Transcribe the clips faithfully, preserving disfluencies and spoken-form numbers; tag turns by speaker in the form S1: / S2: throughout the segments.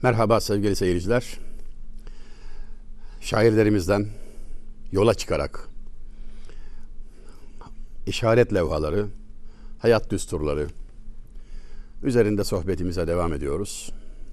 S1: Merhaba sevgili seyirciler. Şairlerimizden yola çıkarak işaret levhaları, hayat düsturları üzerinde sohbetimize devam ediyoruz.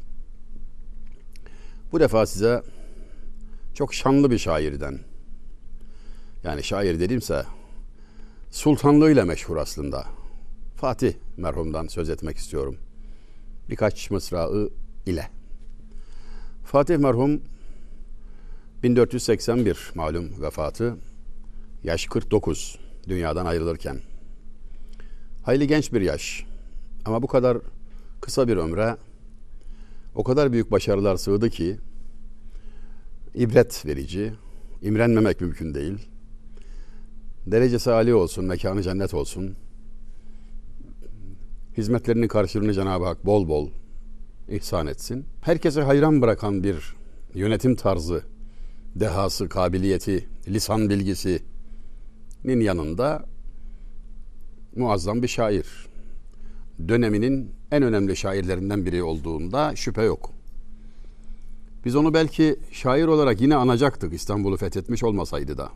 S1: Bu defa size çok şanlı bir şairden, yani şair dediğimse sultanlığıyla meşhur aslında, Fatih merhumdan söz etmek istiyorum. Birkaç mısrağı ile. Fatih merhum bin dört yüz seksen bir malum vefatı, yaş kırk dokuz dünyadan ayrılırken. Hayli genç bir yaş ama bu kadar kısa bir ömre o kadar büyük başarılar sığdı ki ibret verici, imrenmemek mümkün değil. Derecesi âli olsun, mekanı cennet olsun. Hizmetlerinin karşılığını Cenab-ı Hak bol bol ihsan etsin. Herkese hayran bırakan bir yönetim tarzı, dehası, kabiliyeti, lisan bilgisinin yanında muazzam bir şair. Döneminin en önemli şairlerinden biri olduğunda şüphe yok. Biz onu belki şair olarak yine anacaktık İstanbul'u fethetmiş olmasaydı da.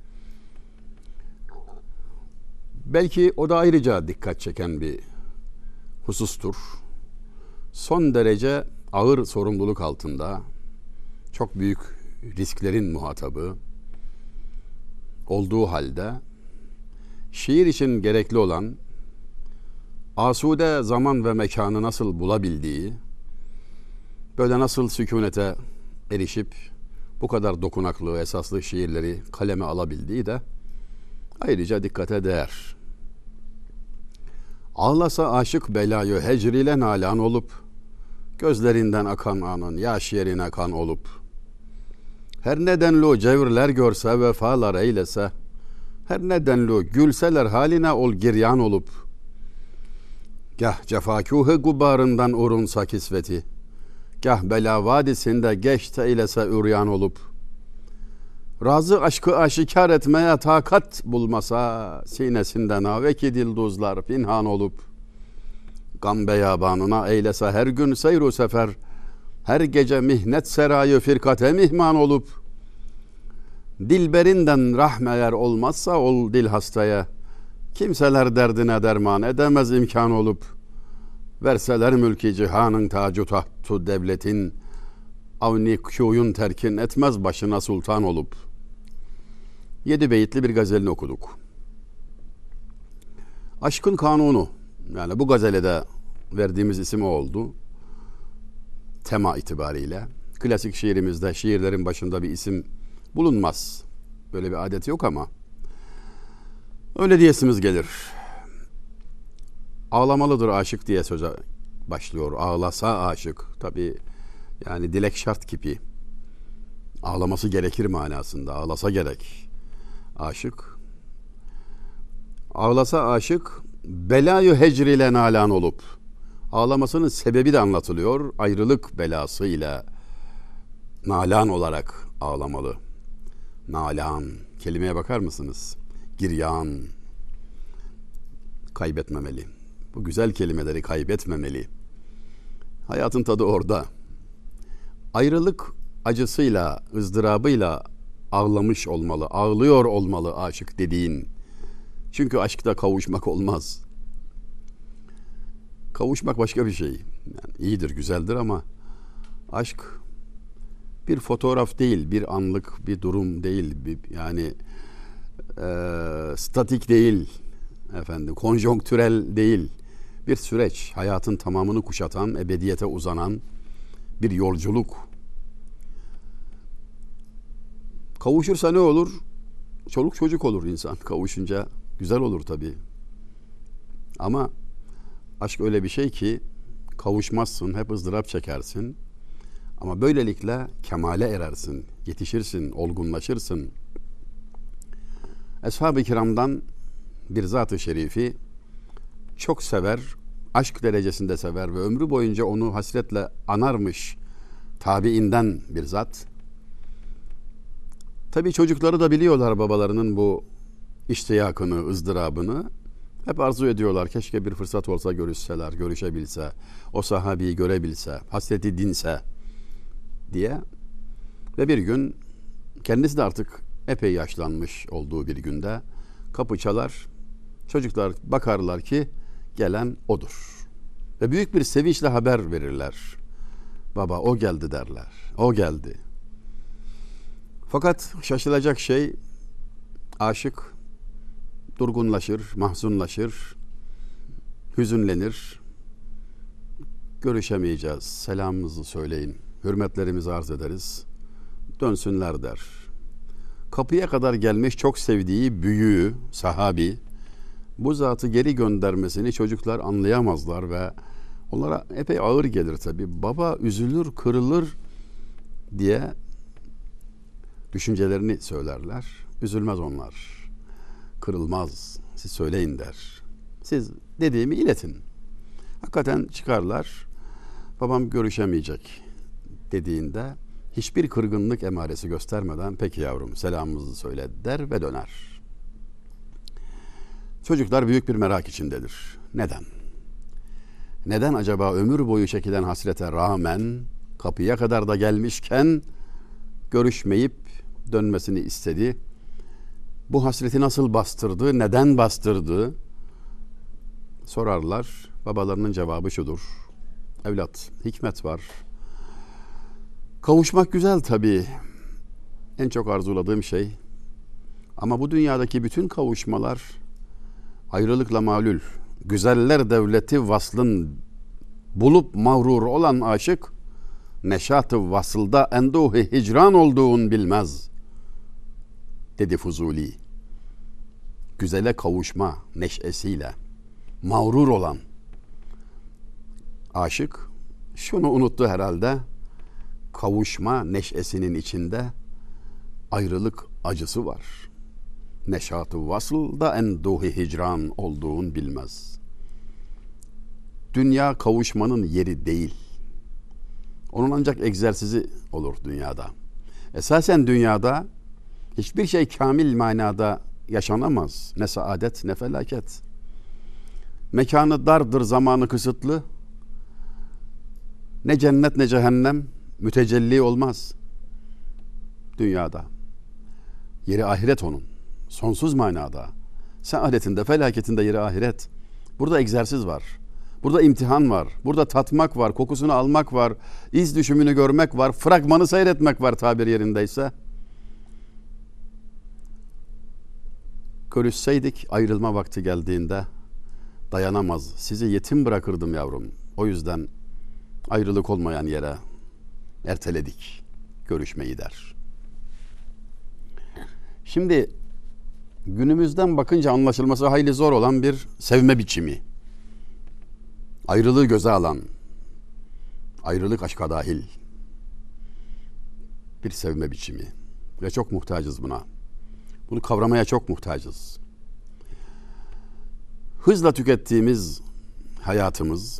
S1: Belki o da ayrıca dikkat çeken bir husustur. Son derece ağır sorumluluk altında, çok büyük risklerin muhatabı olduğu halde şiir için gerekli olan asude zaman ve mekanı nasıl bulabildiği, böyle nasıl sükunete erişip bu kadar dokunaklı, esaslı şiirleri kaleme alabildiği de ayrıca dikkate değer. Ağlasa aşık belayı hecriyle nalan olup, gözlerinden akan anın yaş yerine kan olup, her nedenli cevirler görse vefalar eylese, her nedenli gülseler haline ol giryan olup, gah cefakûhı gubarından urunsa kisveti, gah bela vadisinde geçte eylese üryan olup, razı aşkı aşikar etmeye takat bulmasa, sinesinden aveki dilduzlar pinhan olup, gam beyabanına eylese her gün seyru sefer, her gece mihnet serayı firkate mihman olup, dilberinden rahmeyer olmazsa ol dil hastaya, kimseler derdine derman edemez imkan olup, verseler mülki cihanın tacu tahtu devletin, avni kuyun terkin etmez başına sultan olup. Yedi beyitli bir gazelini okuduk. Aşkın kanunu, yani bu gazele de verdiğimiz isim o oldu. Tema itibariyle. Klasik şiirimizde şiirlerin başında bir isim bulunmaz. Böyle bir adet yok ama öyle diyesimiz gelir. Ağlamalıdır aşık diye söze başlıyor. Ağlasa aşık. Tabii yani dilek şart gibi. Ağlaması gerekir manasında. Ağlasa gerek. Aşık. Ağlasa aşık belayı hecriyle nalan olup, ağlamasının sebebi de anlatılıyor. Ayrılık belasıyla nalan olarak ağlamalı. Nalan. Kelimeye bakar mısınız? Giryan. Kaybetmemeli. Bu güzel kelimeleri kaybetmemeli. Hayatın tadı orada. Ayrılık acısıyla, ızdırabıyla ağlamış olmalı, ağlıyor olmalı aşık dediğin. Çünkü aşkta kavuşmak olmaz. Kavuşmak başka bir şey. Yani iyidir, güzeldir ama aşk bir fotoğraf değil, bir anlık bir durum değil, bir, yani e, statik değil, efendim, konjonktürel değil. Bir süreç, hayatın tamamını kuşatan, ebediyete uzanan bir yolculuk. Kavuşursa ne olur? Çoluk çocuk olur insan. Kavuşunca güzel olur tabii. Ama aşk öyle bir şey ki kavuşmazsın, hep ızdırap çekersin. Ama böylelikle kemale erersin, yetişirsin, olgunlaşırsın. Eshab-ı kiramdan bir zat-ı şerifi çok sever, aşk derecesinde sever ve ömrü boyunca onu hasretle anarmış tabiinden bir zat. Tabii çocukları da biliyorlar babalarının bu iştiyakını, ızdırabını. Hep arzu ediyorlar. Keşke bir fırsat olsa görüşseler, görüşebilse, o sahabeyi görebilse, hasreti dinse. diye. Ve bir gün kendisi de artık epey yaşlanmış olduğu bir günde kapı çalar. Çocuklar bakarlar ki gelen odur. Ve büyük bir sevinçle haber verirler. Baba o geldi derler. O geldi. Fakat şaşılacak şey aşık durgunlaşır, mahzunlaşır, hüzünlenir. Görüşemeyeceğiz. Selamımızı söyleyin. Hürmetlerimizi arz ederiz. Dönsünler der. Kapıya kadar gelmiş çok sevdiği büyüğü, sahabi, bu zatı geri göndermesini çocuklar anlayamazlar ve onlara epey ağır gelir tabii. Baba üzülür, kırılır diye düşüncelerini söylerler. Üzülmez onlar. Kırılmaz. Siz söyleyin der. Siz dediğimi iletin. Hakikaten çıkarlar. Babam görüşemeyecek dediğinde hiçbir kırgınlık emaresi göstermeden peki yavrum selamımızı söyle der ve döner. Çocuklar büyük bir merak içindedir. Neden? Neden acaba ömür boyu çekilen hasrete rağmen kapıya kadar da gelmişken görüşmeyip dönmesini istedi? Bu hasreti nasıl bastırdı? Neden bastırdı? Sorarlar. Babalarının cevabı şudur. Evlat, hikmet var. Kavuşmak güzel tabii. En çok arzuladığım şey. Ama bu dünyadaki bütün kavuşmalar ayrılıkla malul. Güzeller devleti vaslın bulup mağrur olan aşık neşat-ı vasılda enduh-i hicran olduğun bilmez dedi Fuzuli. Güzele kavuşma neşesiyle mağrur olan aşık şunu unuttu herhalde. Kavuşma neşesinin içinde ayrılık acısı var. Neşat-ı vasılda enduh-i hicran olduğun bilmez. Dünya kavuşmanın yeri değil. Onun ancak egzersizi olur dünyada. Esasen dünyada hiçbir şey kamil manada yaşanamaz. Ne saadet ne felaket. Mekanı dardır, zamanı kısıtlı. Ne cennet ne cehennem mütecelli olmaz dünyada. Yeri ahiret onun. Sonsuz manada. Saadetinde, felaketinde yeri ahiret. Burada egzersiz var. Burada imtihan var. Burada tatmak var. Kokusunu almak var. İz düşümünü görmek var. Fragmanı seyretmek var tabir yerindeyse. Görüşseydik ayrılma vakti geldiğinde dayanamaz. Sizi yetim bırakırdım yavrum. O yüzden ayrılık olmayan yere erteledik görüşmeyi der. Şimdi günümüzden bakınca anlaşılması hayli zor olan bir sevme biçimi. Ayrılığı göze alan, ayrılık aşka dahil bir sevme biçimi. Ve çok muhtacız buna. Bunu kavramaya çok muhtacız. Hızla tükettiğimiz hayatımız,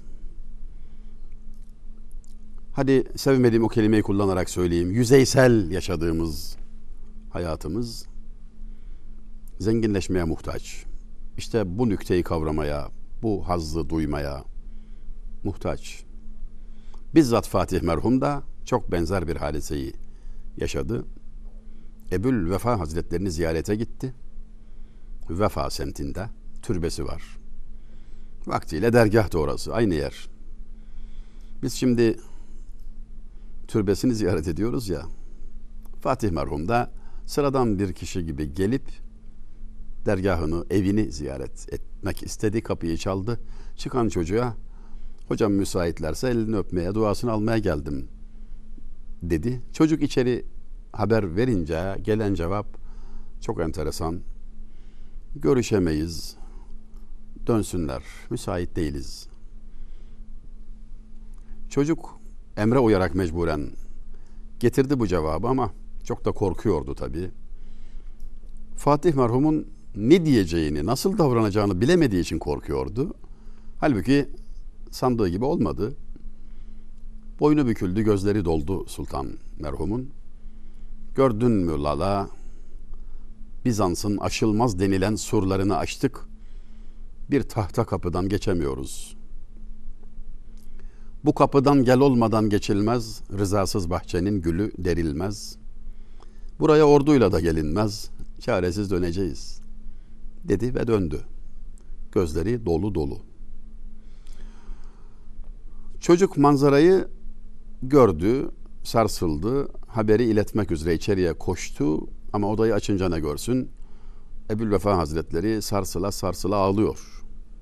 S1: hadi sevmediğim o kelimeyi kullanarak söyleyeyim, yüzeysel yaşadığımız hayatımız zenginleşmeye muhtaç. İşte bu nükteyi kavramaya, bu hazzı duymaya muhtaç. Bizzat Fatih merhum da çok benzer bir hadiseyi yaşadı. Ebul Vefa Hazretlerini ziyarete gitti. Vefa semtinde türbesi var. Vaktiyle dergah da orası, aynı yer. Biz şimdi türbesini ziyaret ediyoruz ya. Fatih merhum da sıradan bir kişi gibi gelip dergahını, evini ziyaret etmek istedi. Kapıyı çaldı. Çıkan çocuğa, hocam müsaitlerse elini öpmeye, duasını almaya geldim dedi. Çocuk içeri haber verince gelen cevap çok enteresan. Görüşemeyiz. Dönsünler. Müsait değiliz. Çocuk emre uyarak mecburen getirdi bu cevabı ama çok da korkuyordu tabii. Fatih merhumun ne diyeceğini, nasıl davranacağını bilemediği için korkuyordu. Halbuki sandığı gibi olmadı. Boynu büküldü, gözleri doldu sultan merhumun. Gördün mü lala, Bizans'ın aşılmaz denilen surlarını aştık. Bir tahta kapıdan geçemiyoruz. Bu kapıdan gel olmadan geçilmez, rızasız bahçenin gülü derilmez. Buraya orduyla da gelinmez, çaresiz döneceğiz, dedi ve döndü. Gözleri dolu dolu. Çocuk manzarayı gördü, sarsıldı, haberi iletmek üzere içeriye koştu ama odayı açınca ne görsün? Ebu'l-Vefa Hazretleri sarsıla sarsıla ağlıyor.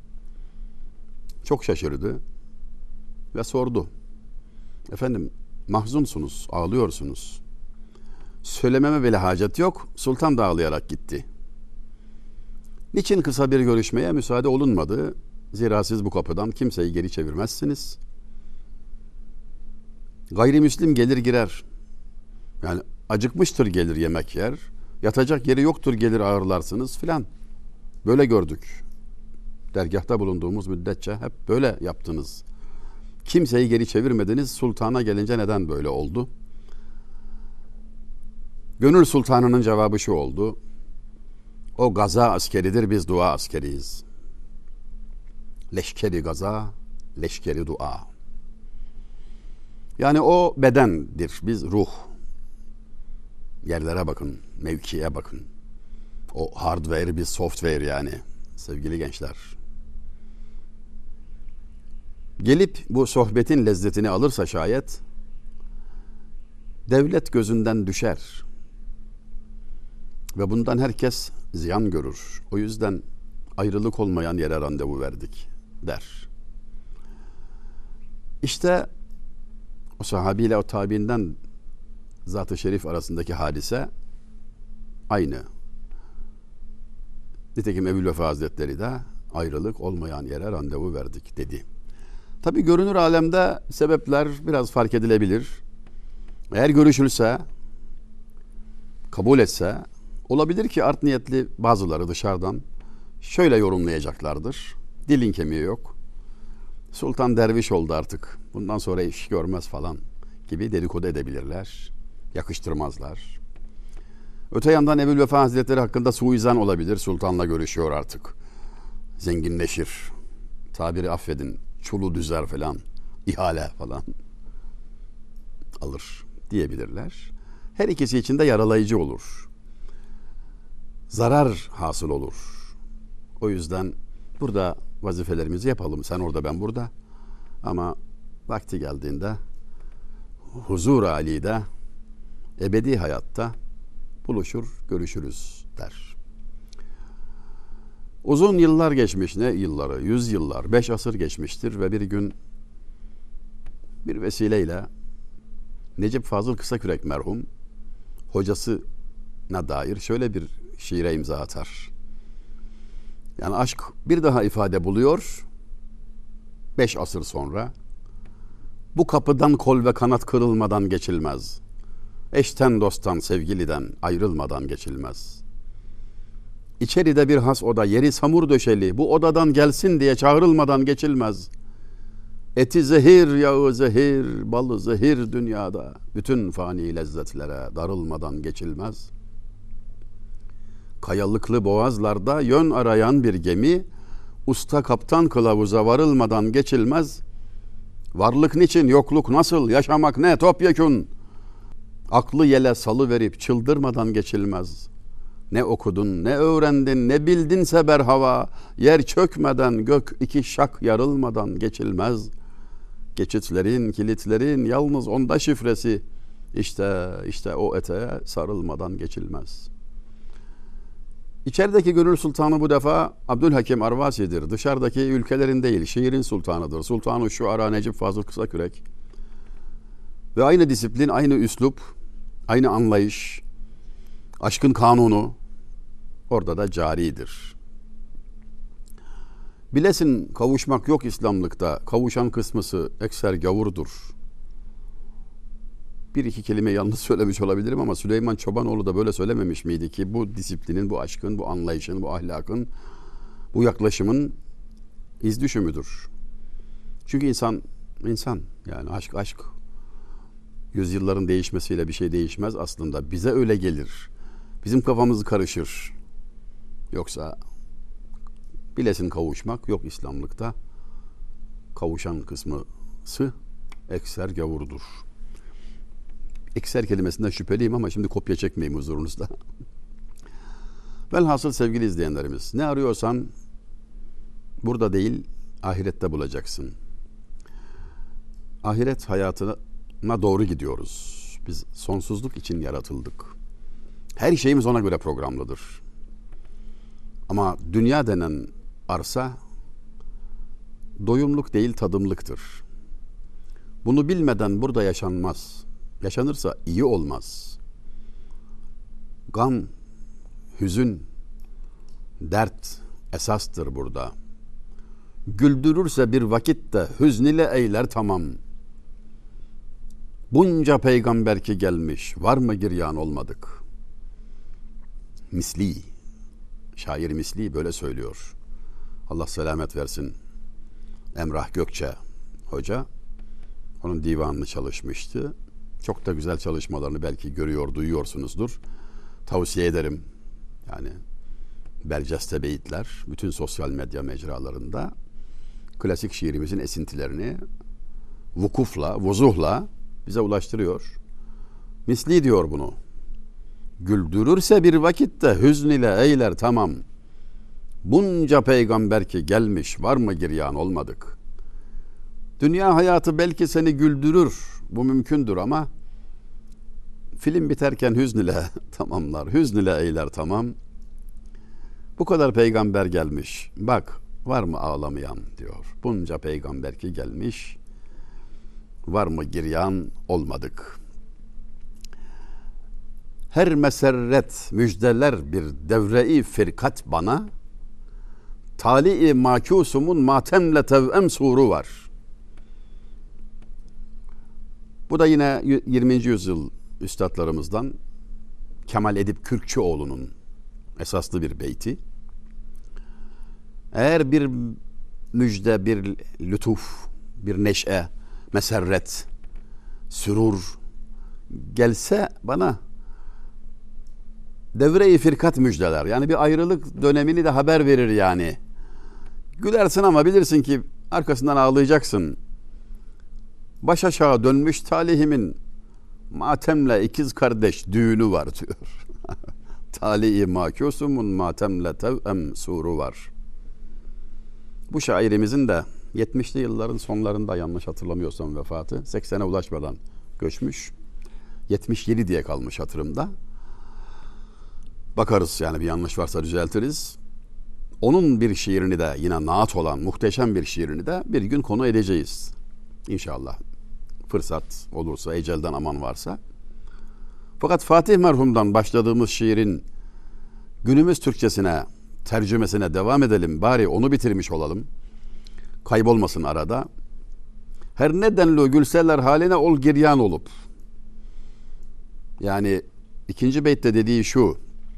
S1: Çok şaşırdı ve sordu. Efendim, mahzunsunuz, ağlıyorsunuz. Söylememe bile hacet yok, sultan da ağlayarak gitti. Niçin kısa bir görüşmeye müsaade olunmadı? Zira siz bu kapıdan kimseyi geri çevirmezsiniz. Gayrimüslim gelir girer. Yani acıkmıştır gelir yemek yer. Yatacak yeri yoktur gelir ağırlarsınız filan. Böyle gördük. Dergâhta bulunduğumuz müddetçe hep böyle yaptınız. Kimseyi geri çevirmediniz. Sultana gelince neden böyle oldu? Gönül sultanının cevabı şu oldu. O gaza askeridir, biz dua askeriyiz. Leşkeri gaza, leşkeri dua. Yani o bedendir, biz ruh. Yerlere bakın, mevkiye bakın. O hardware, biz software yani sevgili gençler. Gelip bu sohbetin lezzetini alırsa şayet, devlet gözünden düşer. Ve bundan herkes ziyan görür. O yüzden ayrılık olmayan yere randevu verdik der. İşte o sahabiyle o tabiinden Zat-ı Şerif arasındaki hadise aynı. Nitekim Ebu'l-Vefa Hazretleri de ayrılık olmayan yere randevu verdik dedi. Tabi görünür alemde sebepler biraz fark edilebilir. Eğer görüşülse, kabul etse, olabilir ki art niyetli bazıları dışarıdan şöyle yorumlayacaklardır. Dilin kemiği yok. Sultan derviş oldu artık. Bundan sonra iş görmez falan gibi dedikodu edebilirler. Yakıştırmazlar. Öte yandan Ebu'l-Vefa Hazretleri hakkında suizan olabilir. Sultanla görüşüyor artık. Zenginleşir. Tabiri affedin. Çulu düzer falan. İhale falan alır diyebilirler. Her ikisi için de yaralayıcı olur. Zarar hasıl olur. O yüzden burada vazifelerimizi yapalım. Sen orada, ben burada. Ama vakti geldiğinde huzur-u âlîde, ebedi hayatta buluşur, görüşürüz der. Uzun yıllar geçmiş, ne yılları, yüz yıllar, beş asır geçmiştir ve bir gün bir vesileyle Necip Fazıl Kısakürek merhum hocasına dair şöyle bir şiire imza atar. Yani aşk bir daha ifade buluyor beş asır sonra. Bu kapıdan kol ve kanat kırılmadan geçilmez. Eşten dosttan sevgiliden ayrılmadan geçilmez. İçeride bir has oda, yeri samur döşeli, bu odadan gelsin diye çağrılmadan geçilmez. Eti zehir, yağı zehir, balı zehir dünyada, bütün fani lezzetlere darılmadan geçilmez. Kayalıklı boğazlarda yön arayan bir gemi, usta kaptan kılavuza varılmadan geçilmez. Varlık niçin, yokluk nasıl, yaşamak ne topyekun. Aklı yele salıverip çıldırmadan geçilmez. Ne okudun, ne öğrendin, ne bildinse berhava, yer çökmeden, gök iki şak yarılmadan geçilmez. Geçitlerin, kilitlerin yalnız onda şifresi, işte işte o eteğe sarılmadan geçilmez. İçerideki gönül sultanı bu defa Abdülhakim Arvasi'dir. Dışarıdaki ülkelerin değil, şiirin sultanıdır. Sultan-ı Şuara Necip Fazıl Kısakürek. Ve aynı disiplin, aynı üslup, aynı anlayış, aşkın kanunu orada da caridir. Bilesin kavuşmak yok İslamlıkta, kavuşan kısmısı ekser gavurdur. Bir iki kelime yanlış söylemiş olabilirim ama Süleyman Çobanoğlu da böyle söylememiş miydi ki bu disiplinin, bu aşkın, bu anlayışın, bu ahlakın, bu yaklaşımın iz düşümüdür. Çünkü insan, insan yani aşk, aşk. Yüzyılların değişmesiyle bir şey değişmez aslında. Bize öyle gelir. Bizim kafamız karışır. Yoksa bilesin kavuşmak yok İslamlıkta. Kavuşan kısmısı ekser gavurdur. Ekser kelimesinden şüpheliyim ama şimdi kopya çekmeyeyim huzurunuzda. Velhasıl sevgili izleyenlerimiz, ne arıyorsan burada değil, ahirette bulacaksın. Ahiret hayatına doğru gidiyoruz. Biz sonsuzluk için yaratıldık. Her şeyimiz ona göre programlıdır. Ama dünya denen arsa doyumluk değil, tadımlıktır. Bunu bilmeden burada yaşanmaz. Yaşanırsa iyi olmaz. Gam, hüzün, dert esastır burada. Güldürürse bir vakitte hüzn ile eyler tamam. Bunca peygamber ki gelmiş, var mı giryan olmadık? Misli, şair Misli böyle söylüyor. Allah selamet versin. Emrah Gökçe hoca, onun divanını çalışmıştı. Çok da güzel çalışmalarını belki görüyor, duyuyorsunuzdur. Tavsiye ederim. Yani Berceste Beyitler, bütün sosyal medya mecralarında klasik şiirimizin esintilerini vukufla, vuzuhla bize ulaştırıyor. Misli diyor bunu. Güldürürse bir vakitte hüzn ile eyler tamam. Bunca peygamber ki gelmiş, var mı giryan olmadık? Dünya hayatı belki seni güldürür, bu mümkündür ama film biterken hüzn ile tamamlar, hüzn ile eyler tamam. Bu kadar peygamber gelmiş, bak var mı ağlamayan diyor. Bunca peygamber ki gelmiş, var mı giryan olmadık? Her meserret müjdeler bir devre-i firkat bana, tali-i makusumun matemle tevem suru var. Bu da yine yirminci yüzyıl üstadlarımızdan Kemal Edip Kürkçüoğlu'nun esaslı bir beyti. Eğer bir müjde, bir lütuf, bir neşe, meserret, sürur gelse bana, devre-i firkat müjdeler. Yani bir ayrılık dönemini de haber verir yani. Gülersin ama bilirsin ki arkasından ağlayacaksın. Baş aşağı dönmüş talihimin matemle ikiz kardeş düğünü var diyor. Tali-i makusumun matemle tevem suru var. Bu şairimizin de yetmişli yılların sonlarında, yanlış hatırlamıyorsam vefatı, seksene ulaşmadan göçmüş. yetmiş yedi diye kalmış hatırımda. Bakarız yani, bir yanlış varsa düzeltiriz. Onun bir şiirini de, yine naat olan muhteşem bir şiirini de bir gün konu edeceğiz. İnşallah. Fırsat olursa, ecelden aman varsa. Fakat Fatih merhumdan başladığımız şiirin günümüz Türkçesine, tercümesine devam edelim. Bari onu bitirmiş olalım. Kaybolmasın arada. Her nedenle gülseler haline ol giryan olup. Yani ikinci beytte dediği şu: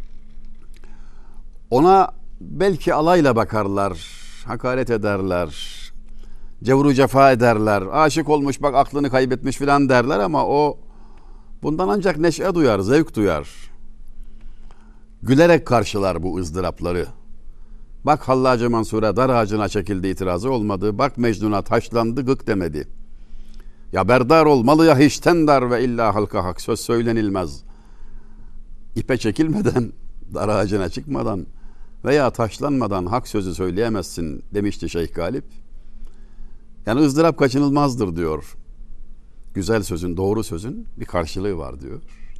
S1: ona belki alayla bakarlar, hakaret ederler, cevru cefa ederler, aşık olmuş bak aklını kaybetmiş filan derler ama o bundan ancak neşe duyar, zevk duyar. Gülerek karşılar bu ızdırapları. Bak Hallacı Mansur'a dar ağacına çekildi, itirazı olmadı. Bak Mecnun'a taşlandı, gık demedi. Ya berdar olmalı ya hiçten dar ve illa halka hak söz söylenilmez. İpe çekilmeden, dar ağacına çıkmadan veya taşlanmadan hak sözü söyleyemezsin demişti Şeyh Galip. Yani ızdırap kaçınılmazdır diyor. Güzel sözün, doğru sözün bir karşılığı var diyor.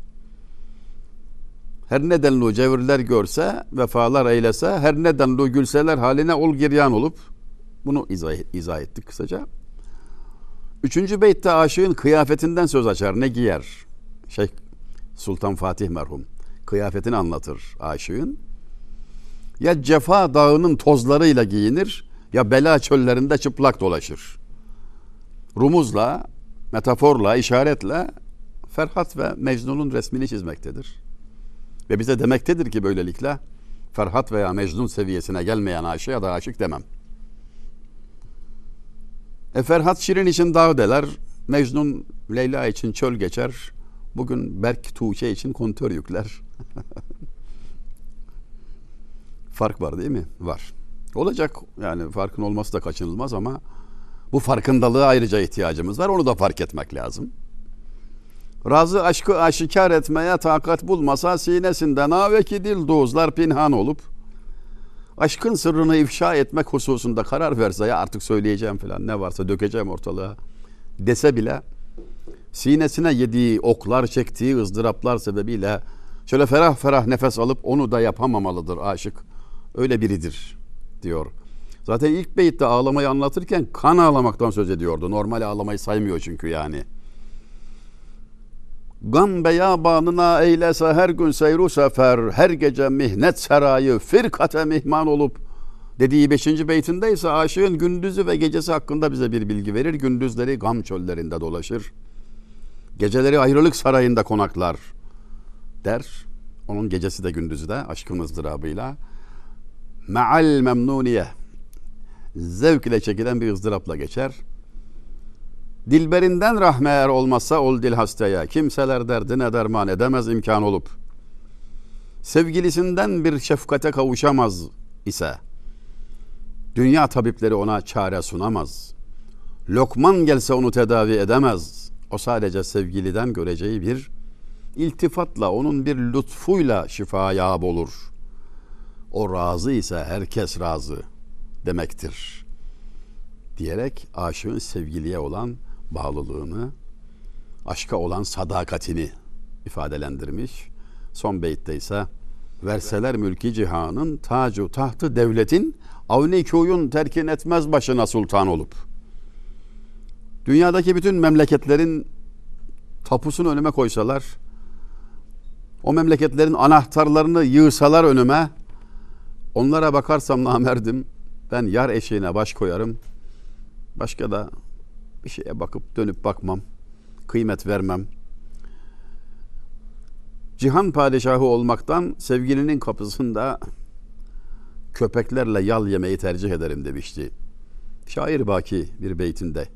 S1: Her nedenli cevriler görse, vefalar eylese, her nedenli gülseler haline ol giryan olup. Bunu izah, izah ettik kısaca. Üçüncü beytte aşığın kıyafetinden söz açar. Ne giyer? Şeyh Sultan Fatih merhum kıyafetini anlatır aşığın. Ya cefa dağının tozlarıyla giyinir, ya bela çöllerinde çıplak dolaşır. Rumuzla, metaforla, işaretle Ferhat ve Mecnun'un resmini çizmektedir. Ve bize demektedir ki böylelikle Ferhat veya Mecnun seviyesine gelmeyen aşığa da aşık demem. E Ferhat şirin için dağ deler, Mecnun Leyla için çöl geçer, bugün Berk Tuğçe için kontör yükler. Fark var değil mi? Var. Olacak yani, farkın olması da kaçınılmaz ama bu Bu farkındalığa ayrıca ihtiyacımız var. Onu da fark etmek lazım. Razı aşkı aşikar etmeye takat bulmasa sinesinden aveki dildozlar pinhan olup aşkın sırrını ifşa etmek hususunda karar verse ya artık söyleyeceğim falan ne varsa dökeceğim ortalığa dese bile sinesine yediği oklar çektiği ızdıraplar sebebiyle şöyle ferah ferah nefes alıp onu da yapamamalıdır aşık. Öyle biridir diyor. Zaten ilk beyitte ağlamayı anlatırken kan ağlamaktan söz ediyordu. Normal ağlamayı saymıyor çünkü yani. Gam beyabanına eylese her gün seyru sefer, her gece mihnet serayı firkate mihman olup dediği beşinci beytinde ise aşığın gündüzü ve gecesi hakkında bize bir bilgi verir. Gündüzleri gam çöllerinde dolaşır. Geceleri ayrılık sarayında konaklar der. Onun gecesi de gündüzü de aşkın ızdırabıyla me'al memnuniye zevk ile çekilen bir ızdırapla geçer. Dilberinden rahme eğer olmazsa ol dil hastaya. Kimseler derdine derman edemez imkan olup. Sevgilisinden bir şefkate kavuşamaz ise dünya tabipleri ona çare sunamaz. Lokman gelse onu tedavi edemez. O sadece sevgiliden göreceği bir iltifatla, onun bir lütfuyla şifaya olur. O razı ise herkes razı demektir. Diyerek aşığın sevgiliye olan bağlılığını, aşka olan sadakatini ifadelendirmiş. Son beytte ise verseler mülki cihanın tacu tahtı devletin avni köyün terkin etmez başına sultan olup. Dünyadaki bütün memleketlerin tapusunu önüme koysalar, o memleketlerin anahtarlarını yığsalar önüme, onlara bakarsam namerdim, ben yar eşiğine baş koyarım. Başka da bir şeye bakıp dönüp bakmam, kıymet vermem. Cihan padişahı olmaktan sevgilinin kapısında köpeklerle yal yemeyi tercih ederim demişti. Şair Baki bir beytinde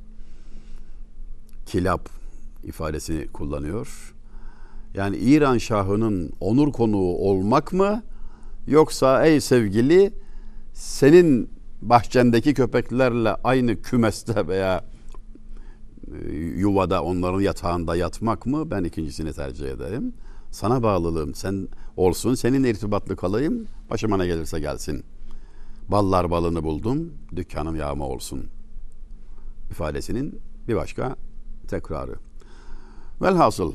S1: kilap ifadesini kullanıyor. Yani İran Şahı'nın onur konuğu olmak mı, yoksa ey sevgili senin bahçendeki köpeklerle aynı kümeste veya yuvada onların yatağında yatmak mı? Ben ikincisini tercih ederim. Sana bağlılığım sen olsun, seninle irtibatlı kalayım, başıma ne gelirse gelsin. Ballar balını buldum, dükkanım yağma olsun ifadesinin bir başka tekrarı. Velhasıl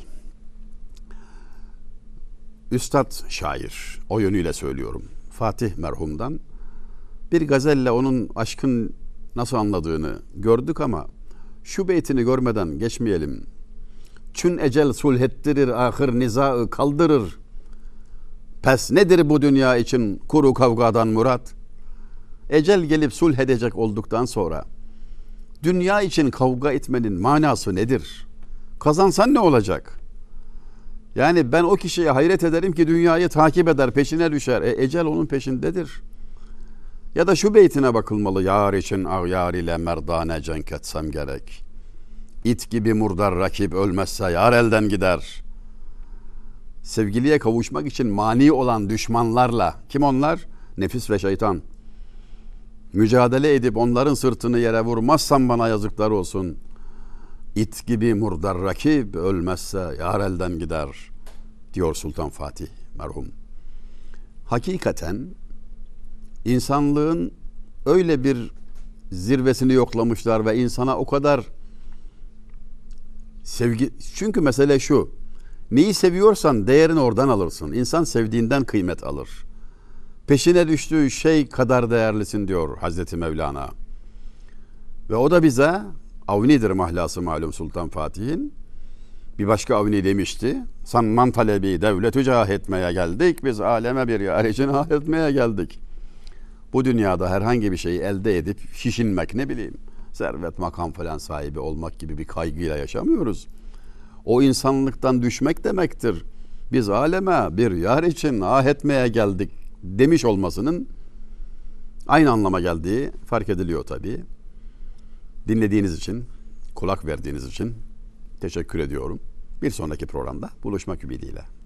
S1: üstad şair, o yönüyle söylüyorum, Fatih merhumdan bir gazelle onun aşkın nasıl anladığını gördük ama şu beytini görmeden geçmeyelim. Çün ecel sulhettirir, ahir nizaı kaldırır. Pes nedir bu dünya için kuru kavgadan murat? Ecel gelip sulh edecek olduktan sonra dünya için kavga etmenin manası nedir? Kazansan ne olacak? Yani ben o kişiye hayret ederim ki dünyayı takip eder, peşine düşer. E, ecel onun peşindedir. Ya da şu beytine bakılmalı. Yar için ağyar ile merdane cenk etsem gerek. İt gibi murdar rakip ölmezse yar elden gider. Sevgiliye kavuşmak için mani olan düşmanlarla, kim onlar? Nefis ve şeytan. Mücadele edip onların sırtını yere vurmazsam bana yazıklar olsun. İt gibi murdar rakip ölmezse yar elden gider diyor Sultan Fatih merhum. Hakikaten insanlığın öyle bir zirvesini yoklamışlar ve insana o kadar sevgi, çünkü mesele şu, neyi seviyorsan değerini oradan alırsın. İnsan sevdiğinden kıymet alır. Peşine düştüğü şey kadar değerlisin diyor Hazreti Mevlana. Ve o da bize avnidir mahlası malum Sultan Fatih'in. Bir başka avni demişti. Sanman talebi devlet-ü cah etmeye geldik. Biz aleme bir yar için ah etmeye geldik. Bu dünyada herhangi bir şeyi elde edip şişinmek, ne bileyim, servet makam falan sahibi olmak gibi bir kaygıyla yaşamıyoruz. O insanlıktan düşmek demektir. Biz aleme bir yar için ah etmeye geldik demiş olmasının aynı anlama geldiği fark ediliyor tabii. Dinlediğiniz için, kulak verdiğiniz için teşekkür ediyorum. Bir sonraki programda buluşmak ümidiyle.